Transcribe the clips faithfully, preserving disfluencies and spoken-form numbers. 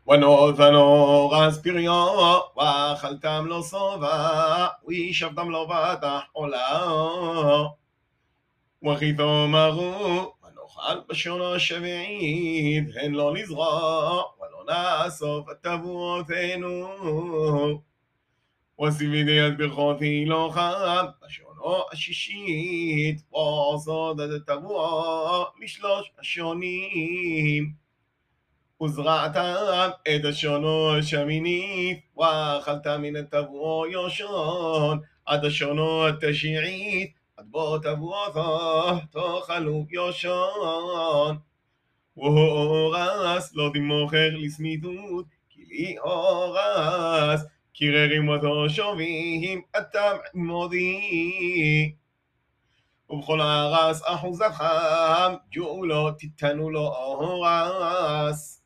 ונותנו רז פריו, ואכלתם לו שובע, וישבתם לו ותח עולו. וכי תאמרו, ונאכל בשנה השביעית, הן לא נזרע, ולא נאסוף את תבואותינו. וסיביתי את ברכותי לא חם, בשנה השישית, ועשות את התבואה לשלוש השונים. וזרעתם את השנה השמינית, ואכלת מן התבואה יושון, עד השנה התשיעית, עד בוא תבואתו תאכלו יושון. ואורס לא תמוכר לסמיתות, כי לי אורס, קררים ותושבים אתם עמודי. ובכל הארס אחוזתכם, ג'ו לו תיתנו לו אורס.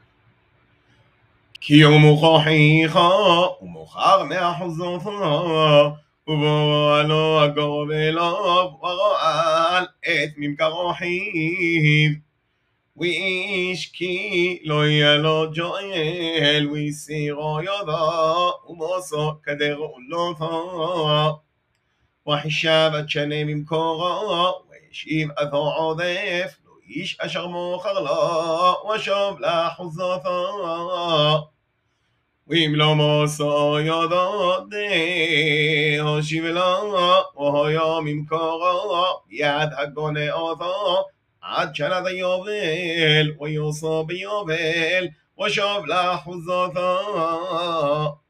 כי יום מוכיחו, ומוכר מאחוזותו, ובוא לו הגרוב אליו, ורועל את ממכר אחיו. ואיש כי לא יהיה לו ג'ואל, ויסירו ידו, ומוסו כדר עולותו. וחישב עד שנה ממקורו, וישיב עד עודף, לא איש אשר מוכר לו, ושוב לאחוזותו. ואם לא מוסו ידו, דהושיב לו, והיה ממקורו, יד הגונה אותו, עד שנת היובל, ויוסו ביובל, ושוב לאחוזותו.